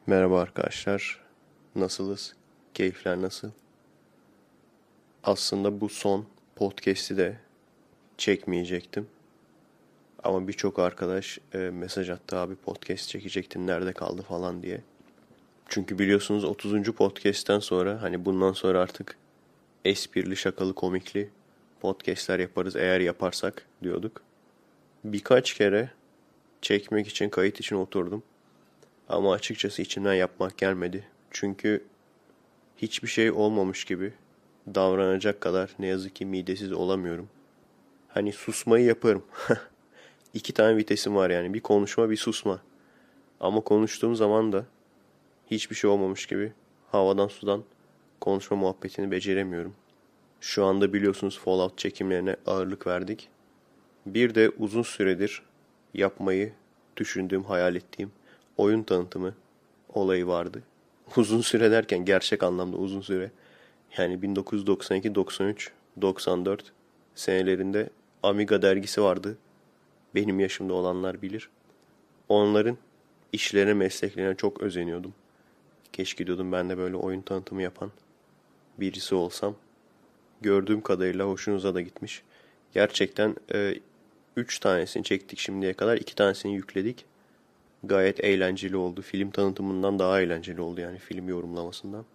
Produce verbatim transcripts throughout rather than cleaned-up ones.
Merhaba arkadaşlar. Nasılız? Keyifler nasıl? Aslında bu son podcast'i de çekmeyecektim. Ama birçok arkadaş e, mesaj attı, abi podcast çekecektin nerede kaldı falan diye. Çünkü biliyorsunuz otuzuncu podcast'ten sonra hani bundan sonra artık esprili, şakalı, komikli podcast'ler yaparız eğer yaparsak diyorduk. Birkaç kere çekmek için, kayıt için oturdum. Ama açıkçası içimden yapmak gelmedi. Çünkü hiçbir şey olmamış gibi davranacak kadar ne yazık ki midesiz olamıyorum. Hani susmayı yaparım. İki tane vitesim var yani. Bir konuşma, bir susma. Ama konuştuğum zaman da hiçbir şey olmamış gibi havadan sudan konuşma muhabbetini beceremiyorum. Şu anda biliyorsunuz Fallout çekimlerine ağırlık verdik. Bir de uzun süredir yapmayı düşündüğüm, hayal ettiğim oyun tanıtımı olayı vardı. Uzun süre derken gerçek anlamda uzun süre. Yani bin dokuz yüz doksan iki, doksan üç, doksan dört senelerinde Amiga dergisi vardı. Benim yaşımda olanlar bilir. Onların işlerine, mesleklerine çok özeniyordum. Keşke diyordum ben de böyle oyun tanıtımı yapan birisi olsam. Gördüğüm kadarıyla hoşunuza da gitmiş. Gerçekten e, üç tanesini çektik şimdiye kadar. iki tanesini yükledik. Gayet eğlenceli oldu. Film tanıtımından daha eğlenceli oldu yani film yorumlamasından.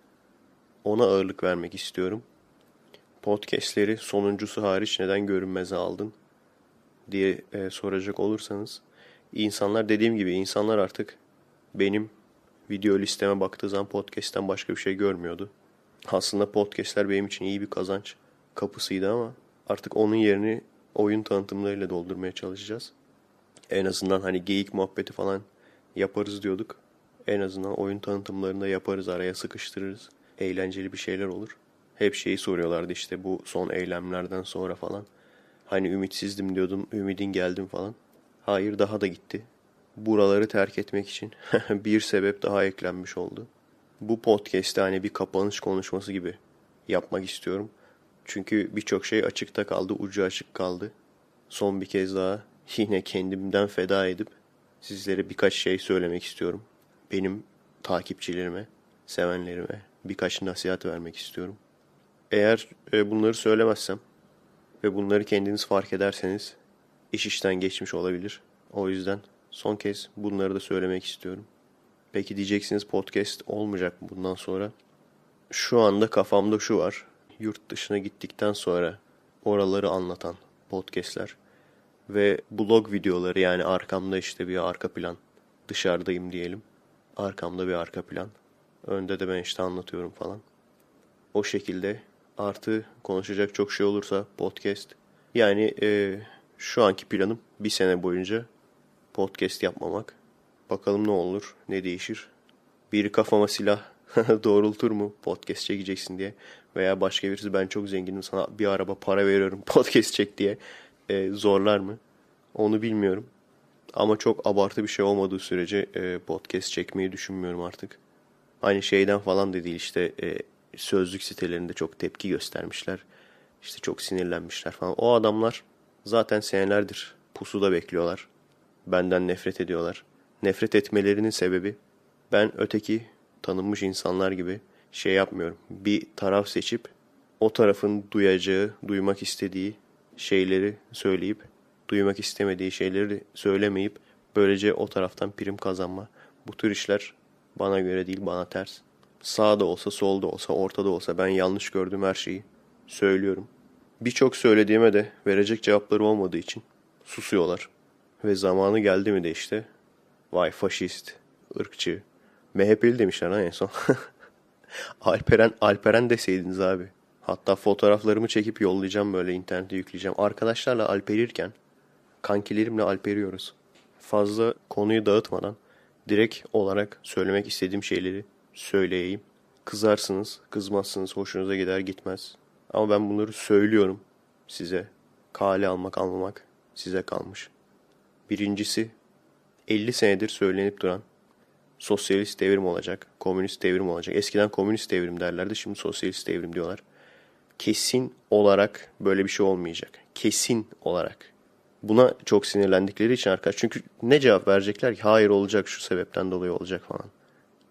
Ona ağırlık vermek istiyorum. Podcast'leri sonuncusu hariç neden görünmeze aldın diye e, soracak olursanız, insanlar dediğim gibi insanlar artık benim video listeme baktığı zaman podcast'ten başka bir şey görmüyordu. Aslında podcast'ler benim için iyi bir kazanç kapısıydı ama artık onun yerini oyun tanıtımlarıyla doldurmaya çalışacağız. En azından hani geyik muhabbeti falan yaparız diyorduk. En azından oyun tanıtımlarında yaparız, araya sıkıştırırız. Eğlenceli bir şeyler olur. Hep şeyi soruyorlardı işte bu son eylemlerden sonra falan. Hani ümitsizdim diyordum, ümidin geldim falan. Hayır, daha da gitti. Buraları terk etmek için bir sebep daha eklenmiş oldu. Bu podcast'te hani bir kapanış konuşması gibi yapmak istiyorum. Çünkü birçok şey açıkta kaldı, ucu açık kaldı. Son bir kez daha yine kendimden feda edip sizlere birkaç şey söylemek istiyorum. Benim takipçilerime, sevenlerime birkaç nasihat vermek istiyorum. Eğer e, bunları söylemezsem ve bunları kendiniz fark ederseniz iş işten geçmiş olabilir. O yüzden son kez bunları da söylemek istiyorum. Peki diyeceksiniz, podcast olmayacak mı bundan sonra? Şu anda kafamda şu var. Yurt dışına gittikten sonra oraları anlatan podcastler ve blog videoları, yani arkamda işte bir arka plan. Dışarıdayım diyelim. Arkamda bir arka plan. Önde de ben işte anlatıyorum falan. O şekilde artı konuşacak çok şey olursa podcast. Yani e, şu anki planım bir sene boyunca podcast yapmamak. Bakalım ne olur, ne değişir. Biri kafama silah doğrultur mu podcast çekeceksin diye. Veya başka birisi ben çok zenginim sana bir araba para veriyorum podcast çek diye e, zorlar mı? Onu bilmiyorum. Ama çok abartı bir şey olmadığı sürece e, podcast çekmeyi düşünmüyorum artık. Aynı şeyden falan da değil işte e, sözlük sitelerinde çok tepki göstermişler. İşte çok sinirlenmişler falan. O adamlar zaten senelerdir pusuda bekliyorlar. Benden nefret ediyorlar. Nefret etmelerinin sebebi, ben öteki tanınmış insanlar gibi şey yapmıyorum. Bir taraf seçip o tarafın duyacağı, duymak istediği şeyleri söyleyip duymak istemediği şeyleri söylemeyip böylece o taraftan prim kazanma. Bu tür işler bana göre değil, bana ters. Sağda olsa, solda olsa, ortada olsa ben yanlış gördüğüm her şeyi söylüyorum. Birçok söylediğime de verecek cevapları olmadığı için susuyorlar. Ve zamanı geldi mi de işte vay faşist, ırkçı, M H P'li demişler ha en son. Alperen, Alperen deseydiniz abi. Hatta fotoğraflarımı çekip yollayacağım, böyle internete yükleyeceğim. Arkadaşlarla alperirken kankilerimle alperiyoruz. Fazla konuyu dağıtmadan direkt olarak söylemek istediğim şeyleri söyleyeyim. Kızarsınız, kızmazsınız, hoşunuza gider gitmez. Ama ben bunları söylüyorum size. Kale almak almamak size kalmış. Birincisi, elli senedir söylenip duran sosyalist devrim olacak, komünist devrim olacak. Eskiden komünist devrim derlerdi, şimdi sosyalist devrim diyorlar. Kesin olarak böyle bir şey olmayacak. Kesin olarak. Buna çok sinirlendikleri için arkadaş. Çünkü ne cevap verecekler ki? Hayır olacak, şu sebepten dolayı olacak falan.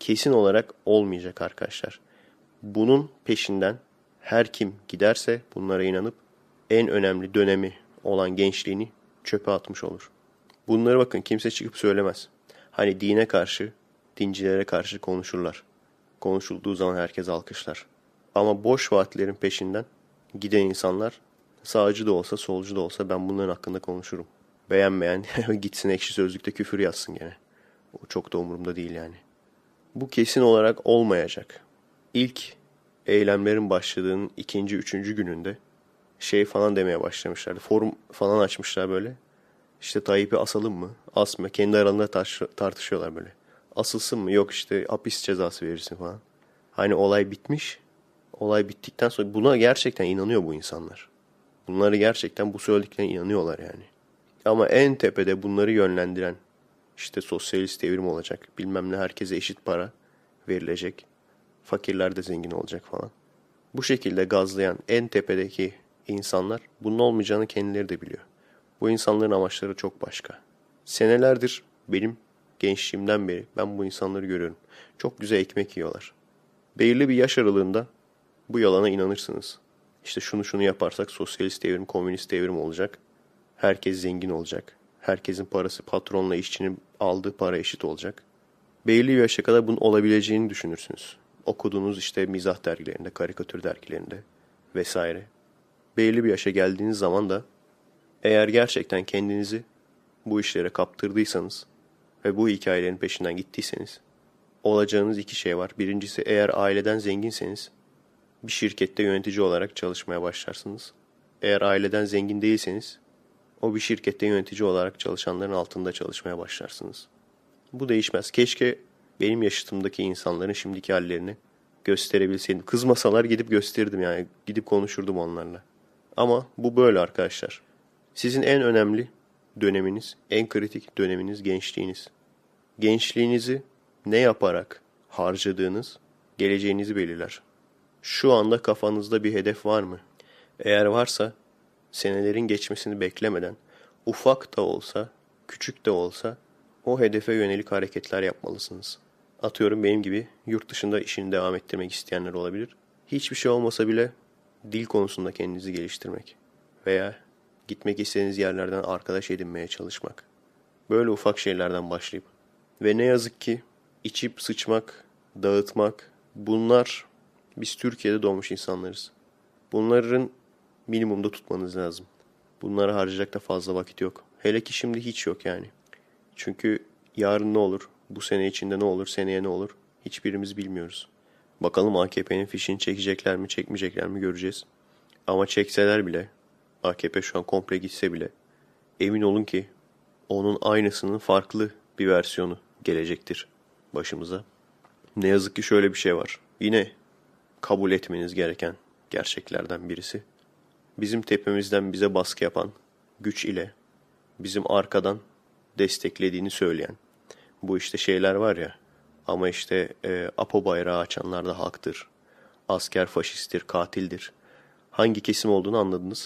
kesin olarak olmayacak arkadaşlar. Bunun peşinden her kim giderse bunlara inanıp en önemli dönemi olan gençliğini çöpe atmış olur. Bunları bakın kimse çıkıp söylemez. Hani dine karşı, dincilere karşı konuşurlar. Konuşulduğu zaman herkes alkışlar. Ama boş vaatlerin peşinden giden insanlar sağcı da olsa solcu da olsa ben bunların hakkında konuşurum. Beğenmeyen gitsin Ekşi Sözlük'te küfür yazsın gene. O çok da umurumda değil yani. Bu kesin olarak olmayacak. İlk eylemlerin başladığının ikinci, üçüncü gününde şey falan demeye başlamışlardı. Forum falan açmışlar böyle. İşte Tayyip'i asalım mı? Asma. Kendi aralarında tar- tartışıyorlar böyle. Asılsın mı? Yok işte hapis cezası verirsin falan. Hani olay bitmiş. Olay bittikten sonra buna gerçekten inanıyor bu insanlar. Bunları gerçekten bu söylediklerine inanıyorlar yani. Ama en tepede bunları yönlendiren işte sosyalist devrim olacak. Bilmem ne herkese eşit para verilecek. Fakirler de zengin olacak falan. Bu şekilde gazlayan en tepedeki insanlar bunun olmayacağını kendileri de biliyor. Bu insanların amaçları çok başka. Senelerdir benim gençliğimden beri ben bu insanları görüyorum. Çok güzel ekmek yiyorlar. Belirli bir yaş aralığında bu yalana inanırsınız. İşte şunu şunu yaparsak sosyalist devrim, komünist devrim olacak. Herkes zengin olacak. Herkesin parası patronla işçinin aldığı para eşit olacak. Belirli bir yaşa kadar bunun olabileceğini düşünürsünüz. Okuduğunuz işte mizah dergilerinde, karikatür dergilerinde vesaire. Belirli bir yaşa geldiğiniz zaman da eğer gerçekten kendinizi bu işlere kaptırdıysanız ve bu hikayelerin peşinden gittiyseniz olacağınız iki şey var. Birincisi eğer aileden zenginseniz bir şirkette yönetici olarak çalışmaya başlarsınız. Eğer aileden zengin değilseniz o bir şirkette yönetici olarak çalışanların altında çalışmaya başlarsınız. Bu değişmez. Keşke benim yaşıtımdaki insanların şimdiki hallerini gösterebilseydim. Kızmasalar gidip gösterirdim yani. Gidip konuşurdum onlarla. Ama bu böyle arkadaşlar. Sizin en önemli döneminiz, en kritik döneminiz gençliğiniz. Gençliğinizi ne yaparak harcadığınız geleceğinizi belirler. Şu anda kafanızda bir hedef var mı? Eğer varsa senelerin geçmesini beklemeden ufak da olsa, küçük de olsa o hedefe yönelik hareketler yapmalısınız. Atıyorum benim gibi yurt dışında işini devam ettirmek isteyenler olabilir. Hiçbir şey olmasa bile dil konusunda kendinizi geliştirmek veya gitmek istediğiniz yerlerden arkadaş edinmeye çalışmak. Böyle ufak şeylerden başlayıp ve ne yazık ki içip sıçmak, dağıtmak bunlar biz Türkiye'de doğmuş insanlarız. Bunların minimumda tutmanız lazım. Bunlara harcayacak da fazla vakit yok. Hele ki şimdi hiç yok yani. Çünkü yarın ne olur, bu sene içinde ne olur, seneye ne olur hiçbirimiz bilmiyoruz. Bakalım A K P'nin fişini çekecekler mi, çekmeyecekler mi göreceğiz. Ama çekseler bile, A K P şu an komple gitse bile emin olun ki onun aynısının farklı bir versiyonu gelecektir başımıza. Ne yazık ki şöyle bir şey var. Yine kabul etmeniz gereken gerçeklerden birisi. Bizim tepemizden bize baskı yapan güç ile bizim arkadan desteklediğini söyleyen bu işte şeyler var ya ama işte e, APO bayrağı açanlar da halktır. Asker faşisttir, katildir. Hangi kesim olduğunu anladınız.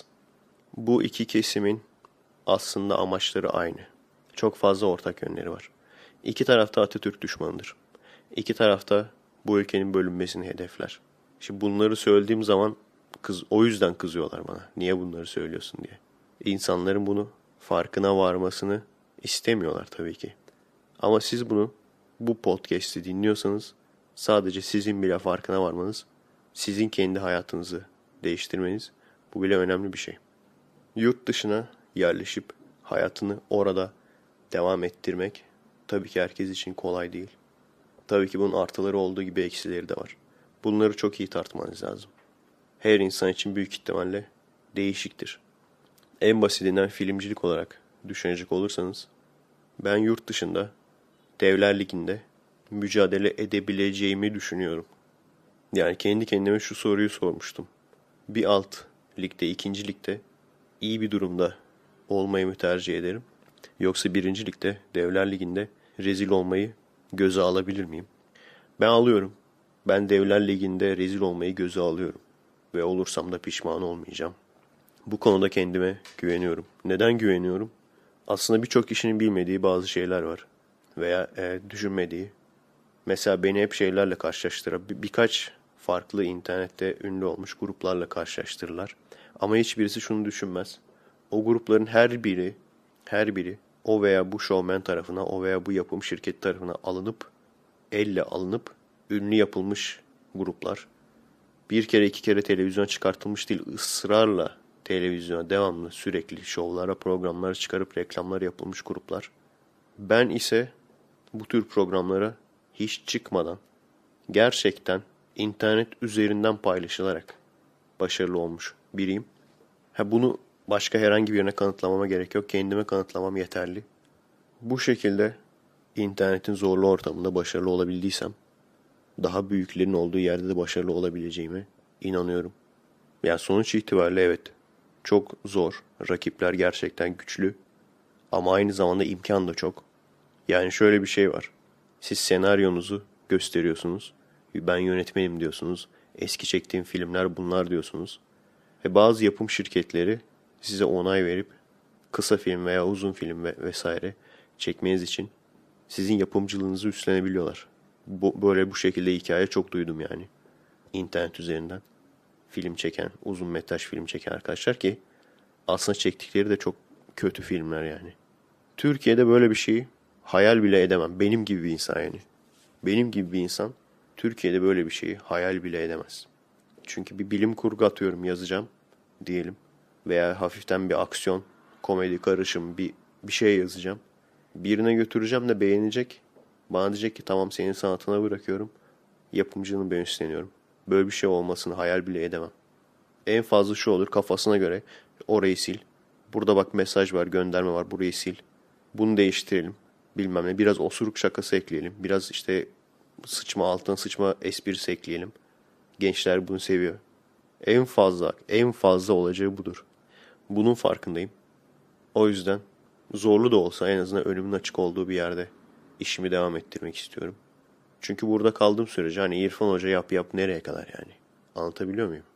Bu iki kesimin aslında amaçları aynı. Çok fazla ortak yönleri var. İki tarafta Atatürk düşmanıdır. İki tarafta bu ülkenin bölünmesini hedefler. Şimdi bunları söylediğim zaman kız, o yüzden kızıyorlar bana. Niye bunları söylüyorsun diye. İnsanların bunu farkına varmasını istemiyorlar tabii ki. Ama siz bunu bu podcast'i dinliyorsanız sadece sizin bile farkına varmanız, sizin kendi hayatınızı değiştirmeniz bu bile önemli bir şey. Yurt dışına yerleşip hayatını orada devam ettirmek tabii ki herkes için kolay değil. Tabii ki bunun artıları olduğu gibi eksileri de var. Bunları çok iyi tartmanız lazım. Her insan için büyük ihtimalle değişiktir. En basitinden filmcilik olarak düşünecek olursanız ben yurt dışında Devler Ligi'nde mücadele edebileceğimi düşünüyorum. Yani kendi kendime şu soruyu sormuştum. Bir alt ligde, ikinci ligde iyi bir durumda olmayı mı tercih ederim? Yoksa birinci ligde, Devler Ligi'nde rezil olmayı göze alabilir miyim? Ben alıyorum. Ben Devler Ligi'nde rezil olmayı göze alıyorum. Ve olursam da pişman olmayacağım. Bu konuda kendime güveniyorum. Neden güveniyorum? Aslında birçok kişinin bilmediği bazı şeyler var. Veya e, düşünmediği. Mesela beni hep şeylerle karşılaştırır. Bir, birkaç farklı internette ünlü olmuş gruplarla karşılaştırırlar. Ama hiçbirisi şunu düşünmez. O grupların her biri, her biri o veya bu şovmen tarafına, o veya bu yapım şirketi tarafına alınıp, elle alınıp ünlü yapılmış gruplar. Bir kere iki kere televizyona çıkartılmış değil, ısrarla televizyona devamlı sürekli şovlara, programlara çıkarıp reklamlar yapılmış gruplar. Ben ise bu tür programlara hiç çıkmadan gerçekten internet üzerinden paylaşılarak başarılı olmuş biriyim. Ha, bunu başka herhangi birine kanıtlamama gerek yok. Kendime kanıtlamam yeterli. Bu şekilde internetin zorlu ortamında başarılı olabildiysem daha büyüklerin olduğu yerde de başarılı olabileceğime inanıyorum. Yani sonuç itibariyle evet, çok zor. Rakipler gerçekten güçlü. Ama aynı zamanda imkan da çok. Yani şöyle bir şey var. Siz senaryonuzu gösteriyorsunuz. Ben yönetmenim diyorsunuz. Eski çektiğim filmler bunlar diyorsunuz. Ve bazı yapım şirketleri size onay verip kısa film veya uzun film ve vesaire çekmeniz için sizin yapımcılığınızı üstlenebiliyorlar. Bu, böyle bu şekilde hikaye çok duydum yani. İnternet üzerinden film çeken, uzun metraj film çeken arkadaşlar ki aslında çektikleri de çok kötü filmler yani. Türkiye'de böyle bir şeyi hayal bile edemem. Benim gibi bir insan yani. Benim gibi bir insan Türkiye'de böyle bir şeyi hayal bile edemez. Çünkü bir bilim kurgu atıyorum, yazacağım diyelim. Veya hafiften bir aksiyon, komedi karışım bir, bir şey yazacağım. Birine götüreceğim de beğenecek. Bana diyecek ki tamam, senin sanatına bırakıyorum. Yapımcının ben üstleniyorum. Böyle bir şey olmasını hayal bile edemem. En fazla şu olur, kafasına göre orayı sil. Burada bak mesaj var, gönderme var, burayı sil. Bunu değiştirelim. Bilmem ne. Biraz osuruk şakası ekleyelim. Biraz işte sıçma altına sıçma esprisi ekleyelim. Gençler bunu seviyor. En fazla, en fazla olacağı budur. Bunun farkındayım. O yüzden zorlu da olsa en azından önümün açık olduğu bir yerde işimi devam ettirmek istiyorum. Çünkü burada kaldığım sürece hani İrfan Hoca yap yap nereye kadar yani? Anlatabiliyor muyum?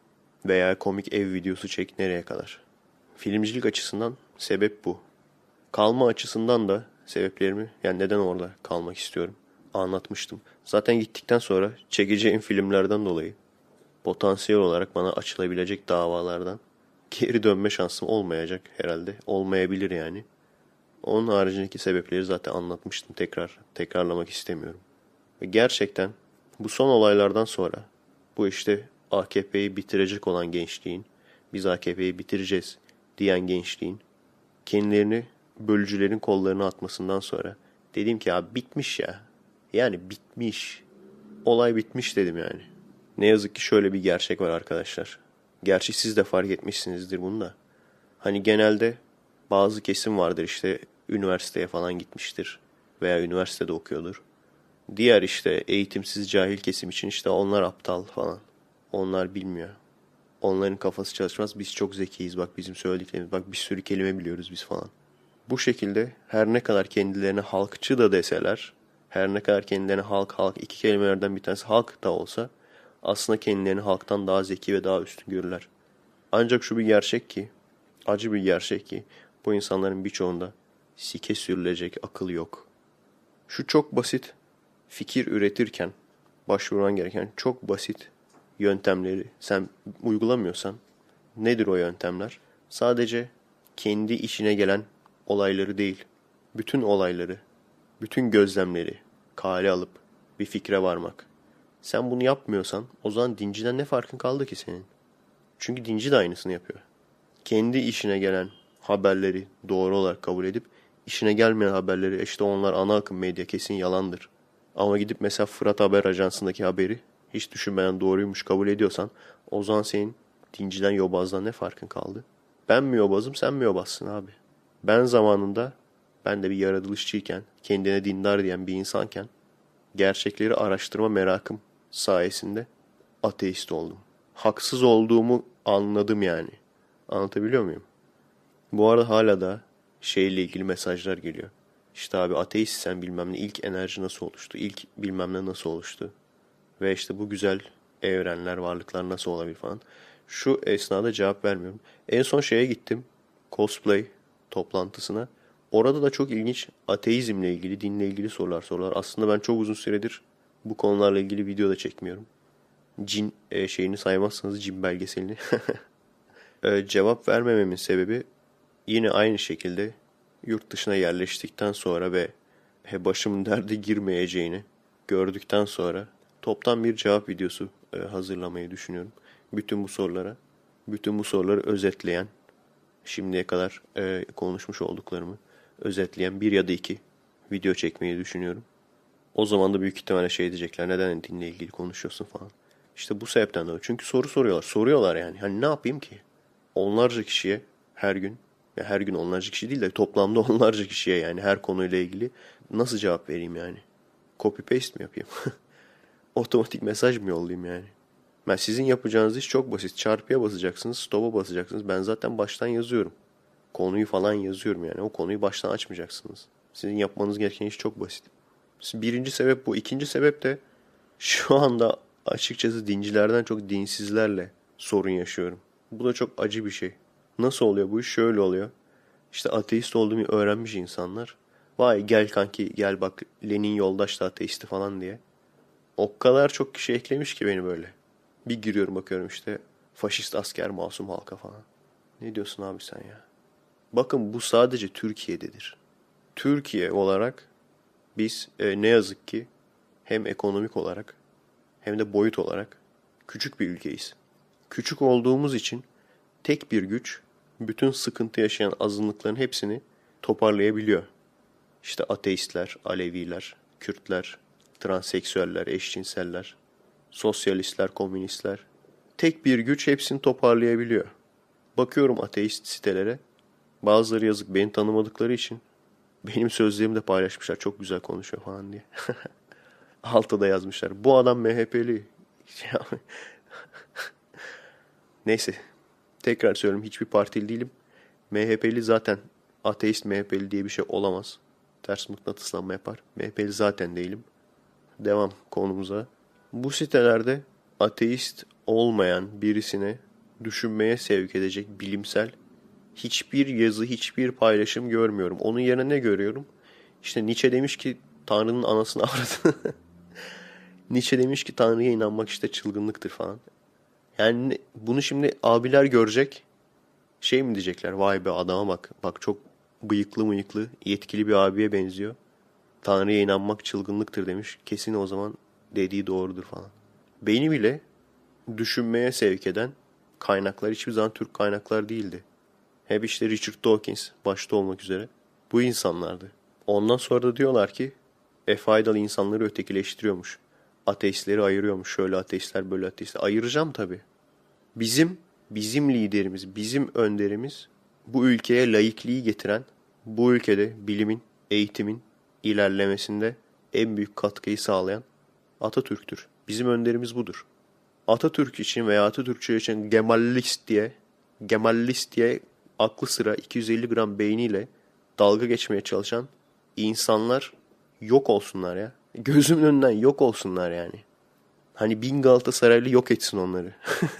Veya komik ev videosu çek nereye kadar? Filmcilik açısından sebep bu. Kalma açısından da sebeplerimi, yani neden orada kalmak istiyorum, anlatmıştım. Zaten gittikten sonra çekeceğim filmlerden dolayı potansiyel olarak bana açılabilecek davalardan geri dönme şansım olmayacak herhalde. Olmayabilir yani. Onun haricindeki sebepleri zaten anlatmıştım. Tekrar tekrarlamak istemiyorum. Ve gerçekten bu son olaylardan sonra bu işte A K P'yi bitirecek olan gençliğin, biz A K P'yi bitireceğiz diyen gençliğin kendilerini bölücülerin kollarına atmasından sonra dedim ki abi bitmiş ya. Yani bitmiş. Olay bitmiş dedim yani. Ne yazık ki şöyle bir gerçek var arkadaşlar. Gerçi siz de fark etmişsinizdir bunu da. Hani genelde bazı kesim vardır, işte üniversiteye falan gitmiştir veya üniversitede okuyordur. Diğer işte eğitimsiz cahil kesim için işte onlar aptal falan. Onlar bilmiyor. Onların kafası çalışmaz. Biz çok zekiyiz. Bak bizim söylediklerimiz. Bak bir sürü kelime biliyoruz biz falan. Bu şekilde her ne kadar kendilerine halkçı da deseler, her ne kadar kendilerine halk halk iki kelimelerden bir tanesi halk da olsa aslında kendilerini halktan daha zeki ve daha üstün görürler. Ancak şu bir gerçek ki, acı bir gerçek ki bu insanların birçoğunda sike sürülecek akıl yok. Şu çok basit fikir üretirken başvurman gereken çok basit yöntemleri sen uygulamıyorsan nedir o yöntemler? Sadece kendi işine gelen olayları değil, bütün olayları, bütün gözlemleri kale alıp bir fikre varmak. Sen bunu yapmıyorsan o zaman dinciden ne farkın kaldı ki senin? Çünkü dinci de aynısını yapıyor. Kendi işine gelen haberleri doğru olarak kabul edip işine gelmeyen haberleri işte onlar ana akım medya kesin yalandır. Ama gidip mesela Fırat Haber Ajansı'ndaki haberi hiç düşünmeden doğruymuş kabul ediyorsan o zaman senin dinciden yobazdan ne farkın kaldı? Ben mi yobazım sen mi yobazsın abi? Ben zamanında ben de bir yaratılışçıyken kendine dindar diyen bir insanken gerçekleri araştırma merakım sayesinde ateist oldum. Haksız olduğumu anladım yani. Anlatabiliyor muyum? Bu arada hala da şeyle ilgili mesajlar geliyor. İşte abi ateistsen bilmem ne ilk enerji nasıl oluştu? İlk bilmem ne nasıl oluştu? Ve işte bu güzel evrenler, varlıklar nasıl olabilir falan. Şu esnada cevap vermiyorum. En son şeye gittim. Cosplay toplantısına. Orada da çok ilginç ateizmle ilgili, dinle ilgili sorular sorular. Aslında ben çok uzun süredir bu konularla ilgili video da çekmiyorum. Cin e, şeyini saymazsanız cin belgeselini. e, cevap vermememin sebebi yine aynı şekilde yurt dışına yerleştikten sonra ve he, başımın derde girmeyeceğini gördükten sonra toptan bir cevap videosu e, hazırlamayı düşünüyorum. Bütün bu sorulara, bütün bu soruları özetleyen, şimdiye kadar e, konuşmuş olduklarımı özetleyen bir ya da iki video çekmeyi düşünüyorum. O zaman da büyük ihtimalle şey diyecekler, neden dinle ilgili konuşuyorsun falan. İşte bu sebepten dolayı. Çünkü soru soruyorlar. Soruyorlar yani. Hani ne yapayım ki? Onlarca kişiye her gün, ya her gün onlarca kişi değil de toplamda onlarca kişiye yani her konuyla ilgili nasıl cevap vereyim yani? Copy paste mi yapayım? Otomatik mesaj mı yollayayım yani? Ben sizin yapacağınız iş çok basit. Çarpıya basacaksınız, stop'a basacaksınız. Ben zaten baştan yazıyorum. Konuyu falan yazıyorum yani. O konuyu baştan açmayacaksınız. Sizin yapmanız gereken iş çok basit. Birinci sebep bu. İkinci sebep de şu anda açıkçası dincilerden çok dinsizlerle sorun yaşıyorum. Bu da çok acı bir şey. Nasıl oluyor bu iş? Şöyle oluyor. İşte ateist olduğumu öğrenmiş insanlar. Vay gel kanki gel bak Lenin yoldaş da ateisti falan diye. O kadar çok kişi eklemiş ki beni böyle. Bir giriyorum bakıyorum işte faşist asker masum halka falan. Ne diyorsun abi sen ya? Bakın bu sadece Türkiye'dedir. Türkiye olarak biz e, ne yazık ki hem ekonomik olarak hem de boyut olarak küçük bir ülkeyiz. Küçük olduğumuz için tek bir güç bütün sıkıntı yaşayan azınlıkların hepsini toparlayabiliyor. İşte ateistler, Aleviler, Kürtler, transseksüeller, eşcinseller, sosyalistler, komünistler. Tek bir güç hepsini toparlayabiliyor. Bakıyorum ateist sitelere. Bazıları yazık beni tanımadıkları için benim sözlerimi de paylaşmışlar. Çok güzel konuşuyor falan diye. Altta da yazmışlar. Bu adam M H P'li. Neyse. Tekrar söylüyorum. Hiçbir partili değilim. M H P'li zaten ateist M H P'li diye bir şey olamaz. Ters mıknatıslanma yapar. M H P'li zaten değilim. Devam konumuza. Bu sitelerde ateist olmayan birisine düşünmeye sevk edecek bilimsel hiçbir yazı, hiçbir paylaşım görmüyorum. Onun yerine ne görüyorum? İşte Nietzsche demiş ki Tanrı'nın anasını avradını. Nietzsche demiş ki Tanrı'ya inanmak işte çılgınlıktır falan. Yani bunu şimdi abiler görecek. Şey mi diyecekler? Vay be adama bak. Bak çok bıyıklı mıyıklı, yetkili bir abiye benziyor. Tanrı'ya inanmak çılgınlıktır demiş. Kesin o zaman dediği doğrudur falan. Beni bile düşünmeye sevk eden kaynaklar hiçbir zaman Türk kaynaklar değildi. Hep işte Richard Dawkins başta olmak üzere bu insanlardı. Ondan sonra da diyorlar ki e faydalı insanları ötekileştiriyormuş. Ateistleri ayırıyormuş. Şöyle ateistler böyle ateistler. Ayıracağım tabii. Bizim, bizim liderimiz, bizim önderimiz bu ülkeye laikliği getiren, bu ülkede bilimin, eğitimin ilerlemesinde en büyük katkıyı sağlayan Atatürk'tür. Bizim önderimiz budur. Atatürk için veya Atatürkçüler için Gemallist diye, Gemallist diye aklı sıra iki yüz elli gram beyniyle dalga geçmeye çalışan insanlar yok olsunlar ya. Gözümün önünden yok olsunlar yani. Hani bin Galatasaraylı yok etsin onları.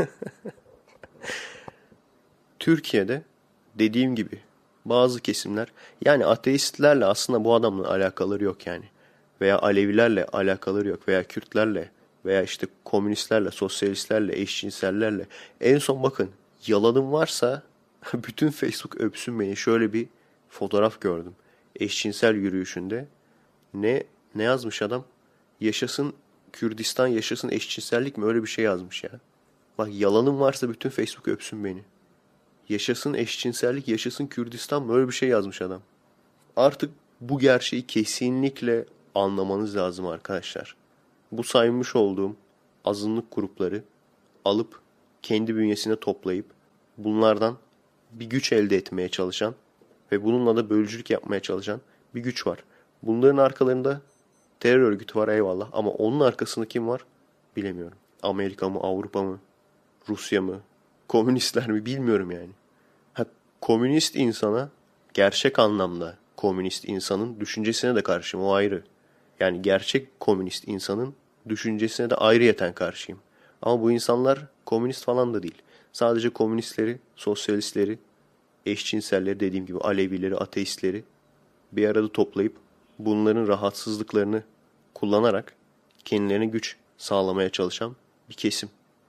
Türkiye'de dediğim gibi bazı kesimler yani ateistlerle aslında bu adamla alakaları yok yani. Veya Alevilerle alakaları yok veya Kürtlerle veya işte komünistlerle, sosyalistlerle, eşcinsellerle. En son bakın yalanım varsa bütün Facebook öpsün beni. Şöyle bir fotoğraf gördüm. Eşcinsel yürüyüşünde ne ne yazmış adam? Yaşasın Kürdistan, yaşasın eşcinsellik mi? Öyle bir şey yazmış ya. Bak yalanım varsa bütün Facebook öpsün beni. Yaşasın eşcinsellik, yaşasın Kürdistan mı? Öyle bir şey yazmış adam. Artık bu gerçeği kesinlikle anlamanız lazım arkadaşlar. Bu saymış olduğum azınlık grupları alıp kendi bünyesine toplayıp bunlardan bir güç elde etmeye çalışan ve bununla da bölücülük yapmaya çalışan bir güç var. Bunların arkalarında terör örgütü var eyvallah ama onun arkasında kim var bilemiyorum. Amerika mı, Avrupa mı, Rusya mı, komünistler mi bilmiyorum yani. Ha, komünist insana gerçek anlamda komünist insanın düşüncesine de karşıyım o ayrı. Yani gerçek komünist insanın düşüncesine de ayrıyeten karşıyım. Ama bu insanlar komünist falan da değil. Sadece komünistleri, sosyalistleri, eşcinselleri dediğim gibi Alevileri, ateistleri bir arada toplayıp bunların rahatsızlıklarını kullanarak kendilerine güç sağlamaya çalışan bir kesim.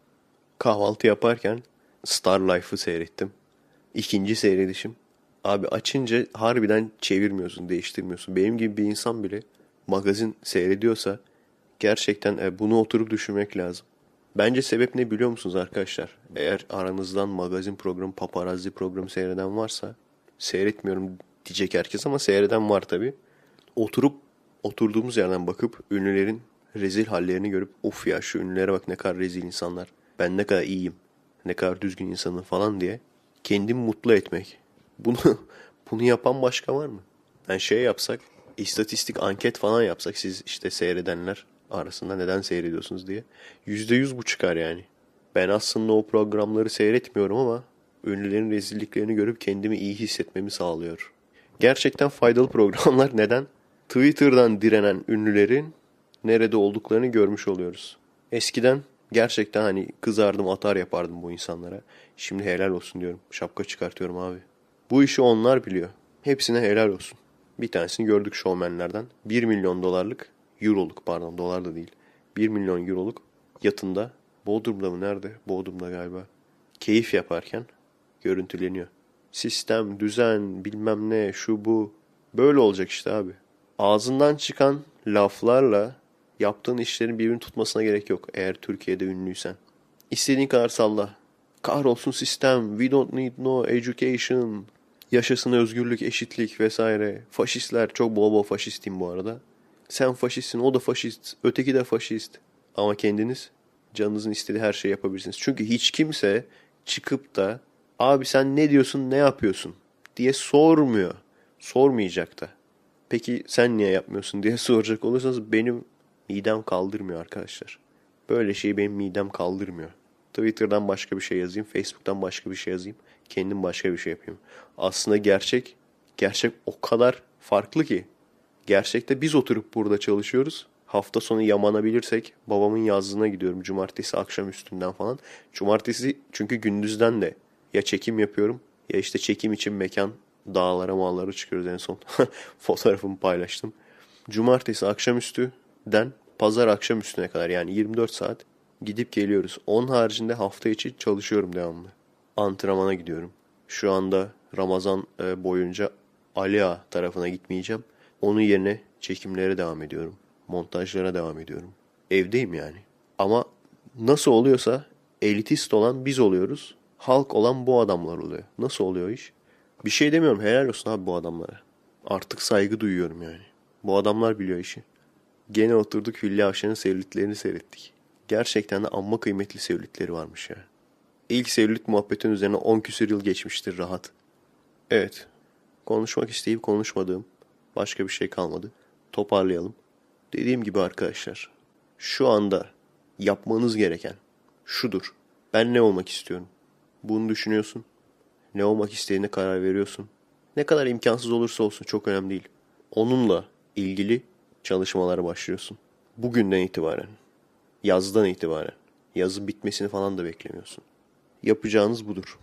Kahvaltı yaparken Star Life'ı seyrettim. İkinci seyredişim. Abi açınca harbiden çevirmiyorsun, değiştirmiyorsun. Benim gibi bir insan bile magazin seyrediyorsa gerçekten e, bunu oturup düşünmek lazım. Bence sebep ne biliyor musunuz arkadaşlar? Eğer aranızdan magazin programı, paparazzi programı seyreden varsa, seyretmiyorum diyecek herkes ama seyreden var tabii. Oturup oturduğumuz yerden bakıp ünlülerin rezil hallerini görüp of ya şu ünlülere bak ne kadar rezil insanlar. Ben ne kadar iyiyim. Ne kadar düzgün insanım falan diye kendimi mutlu etmek. Bunu bunu yapan başka var mı? Yani şey yapsak, istatistik anket falan yapsak siz işte seyredenler arasında neden seyrediyorsunuz diye. Yüzde yüz bu çıkar yani. Ben aslında o programları seyretmiyorum ama ünlülerin rezilliklerini görüp kendimi iyi hissetmemi sağlıyor. Gerçekten faydalı programlar neden? Twitter'dan direnen ünlülerin nerede olduklarını görmüş oluyoruz. Eskiden gerçekten hani kızardım atar yapardım bu insanlara. Şimdi helal olsun diyorum. Şapka çıkartıyorum abi. Bu işi onlar biliyor. Hepsine helal olsun. Bir tanesini gördük şovmenlerden. bir milyon dolarlık, euroluk pardon dolar da değil. bir milyon euroluk yatında Bodrum'da mı nerede? Bodrum'da galiba. Keyif yaparken görüntüleniyor. Sistem, düzen, bilmem ne, şu bu. Böyle olacak işte abi. Ağzından çıkan laflarla yaptığın işlerin birbirini tutmasına gerek yok eğer Türkiye'de ünlüysen. İstediğin kadar salla. Kahrolsun sistem, we don't need no education, yaşasın özgürlük, eşitlik vesaire. Faşistler, çok bol bol faşistim bu arada. Sen faşistsin, o da faşist, öteki de faşist. Ama kendiniz canınızın istediği her şeyi yapabilirsiniz. Çünkü hiç kimse çıkıp da abi sen ne diyorsun, ne yapıyorsun diye sormuyor. Sormayacak da. Peki sen niye yapmıyorsun diye soracak olursanız benim midem kaldırmıyor arkadaşlar. Böyle şeyi benim midem kaldırmıyor. Twitter'dan başka bir şey yazayım, Facebook'tan başka bir şey yazayım, kendim başka bir şey yapayım. Aslında gerçek, gerçek o kadar farklı ki. Gerçekte biz oturup burada çalışıyoruz. Hafta sonu yamanabilirsek babamın yazlığına gidiyorum. Cumartesi akşam üstünden falan. Cumartesi çünkü gündüzden de ya çekim yapıyorum ya işte çekim için mekan dağlara mağlara çıkıyoruz en son. Fotoğrafımı paylaştım. Cumartesi akşamüstüden pazar akşamüstüne kadar yani yirmi dört saat gidip geliyoruz. Onun haricinde hafta içi çalışıyorum devamlı. Antrenmana gidiyorum. Şu anda Ramazan boyunca Ali Ağa tarafına gitmeyeceğim. Onun yerine çekimlere devam ediyorum. Montajlara devam ediyorum. Evdeyim yani. Ama nasıl oluyorsa elitist olan biz oluyoruz. Halk olan bu adamlar oluyor. Nasıl oluyor iş? Bir şey demiyorum. Helal olsun abi bu adamlara. Artık saygı duyuyorum yani. Bu adamlar biliyor işi. Gene oturduk Hülya Avşar'ın sevlitlerini seyrettik. Gerçekten de amma kıymetli sevlitleri varmış ya. İlk sevlilik muhabbetin üzerine on küsür yıl geçmiştir rahat. Evet. Konuşmak isteyip konuşmadığım başka bir şey kalmadı. Toparlayalım. Dediğim gibi arkadaşlar. Şu anda yapmanız gereken şudur. Ben ne olmak istiyorum? Bunu düşünüyorsun. Ne olmak istediğine karar veriyorsun. Ne kadar imkansız olursa olsun çok önemli değil. Onunla ilgili çalışmalara başlıyorsun. Bugünden itibaren. Yazdan itibaren. Yazın bitmesini falan da beklemiyorsun. Yapacağınız budur.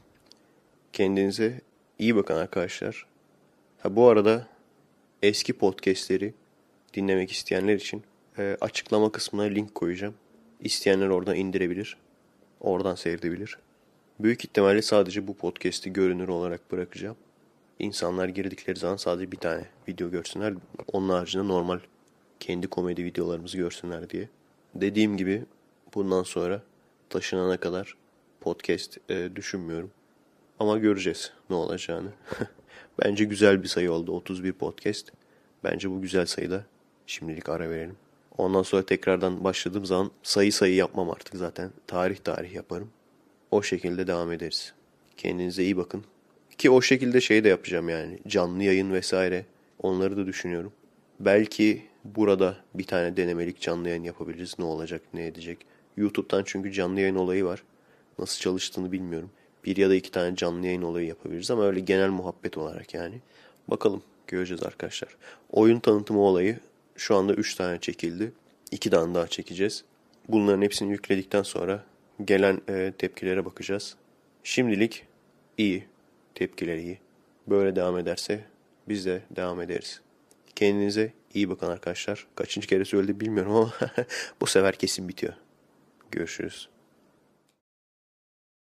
Kendinize iyi bakın arkadaşlar. Ha, bu arada eski podcastleri dinlemek isteyenler için e, açıklama kısmına link koyacağım. İsteyenler oradan indirebilir. Oradan seyredebilir. Büyük ihtimalle sadece bu podcast'i görünür olarak bırakacağım. İnsanlar girdikleri zaman sadece bir tane video görsünler. Onun haricinde normal kendi komedi videolarımızı görsünler diye. Dediğim gibi bundan sonra taşınana kadar podcast e, düşünmüyorum. Ama göreceğiz ne olacağını. Bence güzel bir sayı oldu otuz bir podcast. Bence bu güzel sayıda şimdilik ara verelim. Ondan sonra tekrardan başladığım zaman sayı sayı yapmam artık zaten. Tarih tarih yaparım. O şekilde devam ederiz. Kendinize iyi bakın. Ki o şekilde şey de yapacağım yani. Canlı yayın vesaire. Onları da düşünüyorum. Belki burada bir tane denemelik canlı yayın yapabiliriz. Ne olacak, ne edecek. YouTube'dan çünkü canlı yayın olayı var. Nasıl çalıştığını bilmiyorum. Bir ya da iki tane canlı yayın olayı yapabiliriz ama öyle genel muhabbet olarak yani. Bakalım, göreceğiz arkadaşlar. Oyun tanıtımı olayı şu anda üç tane çekildi. iki tane daha çekeceğiz. Bunların hepsini yükledikten sonra gelen e, tepkilere bakacağız. Şimdilik iyi. Tepkiler iyi. Böyle devam ederse biz de devam ederiz. Kendinize iyi bakın arkadaşlar. Kaçıncı kere söyledi bilmiyorum ama bu sefer kesin bitiyor. Görüşürüz.